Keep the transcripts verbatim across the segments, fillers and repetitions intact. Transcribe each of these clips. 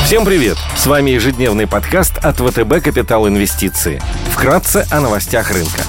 Всем привет! С вами ежедневный подкаст от вэ тэ бэ «Капитал Инвестиции». Вкратце о новостях рынка.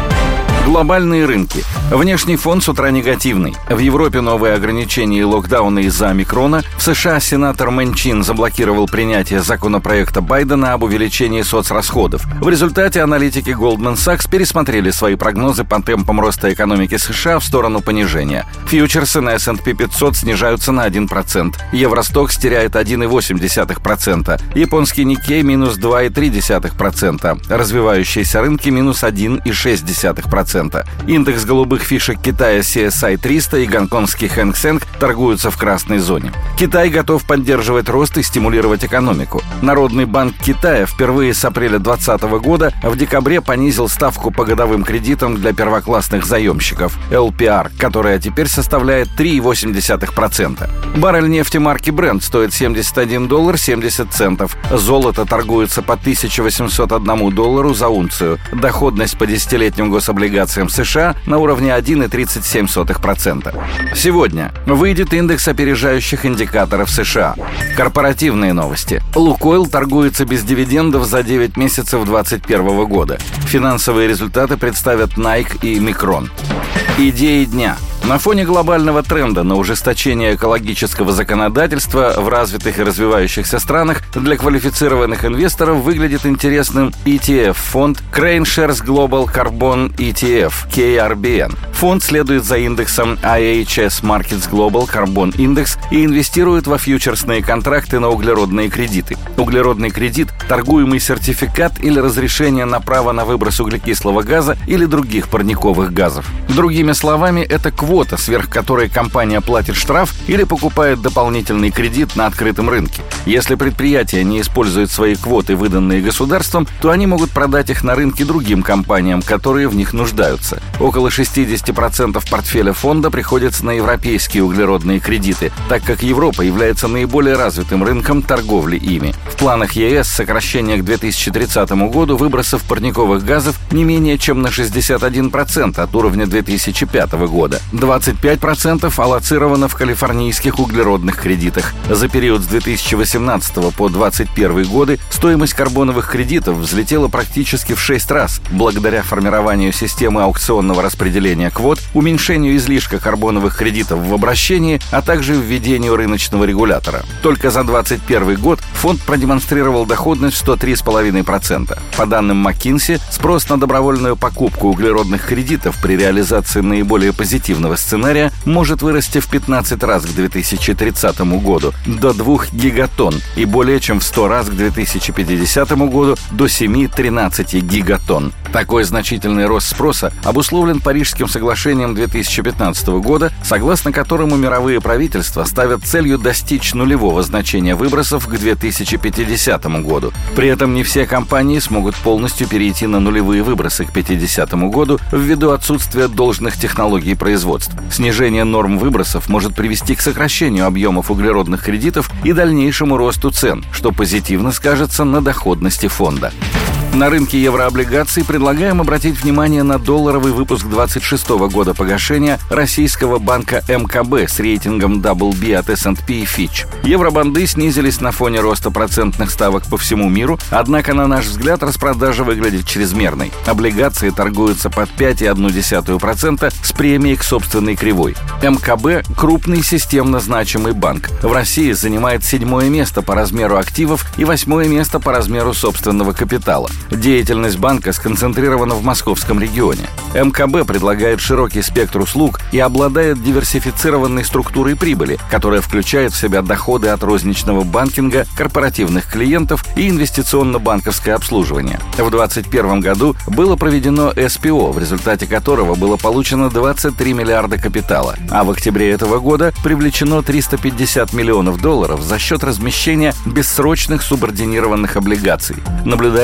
Глобальные рынки. Внешний фон с утра негативный. В Европе новые ограничения и локдауны из-за омикрона. В США сенатор Мэнчин заблокировал принятие законопроекта Байдена об увеличении соцрасходов. В результате аналитики Goldman Sachs пересмотрели свои прогнозы по темпам роста экономики США в сторону понижения. Фьючерсы на эс энд пи пятьсот снижаются на один процент. Евростокс теряет один целых восемь десятых процента. Японский Никкей минус два целых три десятых процента. Развивающиеся рынки минус один целых шесть десятых процента. Индекс голубых фишек Китая си эс ай триста и гонконгский Хэнк Сэнк торгуются в красной зоне. Китай готов поддерживать рост и стимулировать экономику. Народный банк Китая впервые с апреля двадцатого года в декабре понизил ставку по годовым кредитам для первоклассных заемщиков эл пи ар, которая теперь составляет три целых восемь десятых процента. Баррель нефти марки Brent стоит семьдесят один доллар семьдесят центов. Золото торгуется по тысяча восемьсот одному доллару за унцию. Доходность по десятилетним гособлигациям США на уровне один целых тридцать семь сотых процента. Сегодня выйдет индекс опережающих индикаторов США. Корпоративные новости. Лукойл торгуется без дивидендов за девять месяцев двадцать первого года. Финансовые результаты представят Nike и Micron. Идеи дня. На фоне глобального тренда на ужесточение экологического законодательства в развитых и развивающихся странах для квалифицированных инвесторов выглядит интересным и ти эф-фонд Crane Shares Global Carbon и ти эф кей ар би эн. Фонд следует за индексом ай эйч эс Markets Global Carbon Index и инвестирует во фьючерсные контракты на углеродные кредиты. Углеродный кредит – торгуемый сертификат или разрешение на право на выброс углекислого газа или других парниковых газов. Другими словами, это квота, сверх которой компания платит штраф или покупает дополнительный кредит на открытом рынке. Если предприятие не использует свои квоты, выданные государством, то они могут продать их на рынке другим компаниям, которые в них нуждаются. Около шестьдесят процентов портфеля фонда приходится на европейские углеродные кредиты, так как Европа является наиболее развитым рынком торговли ими. В планах е эс сокращение к две тысячи тридцатому году выбросов парниковых газов не менее чем на шестьдесят один процент от уровня две тысячи пятого года. двадцать пять процентов аллоцировано в калифорнийских углеродных кредитах. За период с две тысячи восемнадцатого по двадцать первый годы стоимость карбоновых кредитов взлетела практически в шесть раз, благодаря формированию системы аукционного распределения квот, уменьшению излишка карбоновых кредитов в обращении, а также введению рыночного регулятора. Только за двадцать первый год фонд продемонстрировал доходность в сто три целых пять десятых процента. По данным McKinsey, спрос на добровольную покупку углеродных кредитов при реализации наиболее позитивного сценария может вырасти в пятнадцать раз к две тысячи тридцатому году до двух гигатонн и более чем в сто раз к две тысячи пятидесятому году до семи-тринадцати гигатонн. Такой значительный рост спроса обусловлен Парижским соглашением две тысячи пятнадцатого года, согласно которому мировые правительства ставят целью достичь нулевого значения выбросов к две тысячи пятидесятому году. При этом не все компании смогут полностью перейти на нулевые выбросы к пятидесятому году ввиду отсутствия должных технологий производства. Снижение норм выбросов может привести к сокращению объемов углеродных кредитов и дальнейшему росту цен, что позитивно скажется на доходности фонда. На рынке еврооблигаций предлагаем обратить внимание на долларовый выпуск двадцать шестого года погашения российского банка эм ка бэ с рейтингом дабл би от эс энд пи и Fitch. Евробанды снизились на фоне роста процентных ставок по всему миру, однако, на наш взгляд, распродажа выглядит чрезмерной. Облигации торгуются под пять целых одну десятую процента с премией к собственной кривой. эм ка бэ – крупный системно значимый банк. В России занимает седьмое место по размеру активов и восьмое место по размеру собственного капитала. Деятельность банка сконцентрирована в московском регионе. эм ка бэ предлагает широкий спектр услуг и обладает диверсифицированной структурой прибыли, которая включает в себя доходы от розничного банкинга, корпоративных клиентов и инвестиционно-банковское обслуживание. В две тысячи двадцать первом году было проведено эс пи о, в результате которого было получено двадцать три миллиарда капитала, а в октябре этого года привлечено триста пятьдесят миллионов долларов за счет размещения бессрочных субординированных облигаций. Наблюдается также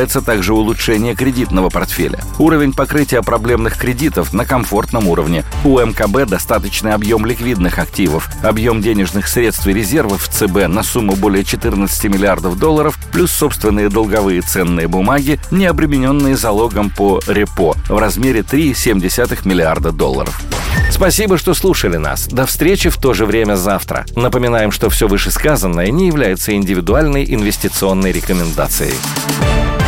также улучшение кредитного портфеля. Уровень покрытия проблемных кредитов на комфортном уровне. У эм ка бэ достаточный объем ликвидных активов, объем денежных средств и резервов в цэ бэ на сумму более четырнадцати миллиардов долларов, плюс собственные долговые ценные бумаги, не обремененные залогом по репо в размере три целых семь десятых миллиарда долларов. Спасибо, что слушали нас. До встречи в то же время завтра. Напоминаем, что все вышесказанное не является индивидуальной инвестиционной рекомендацией.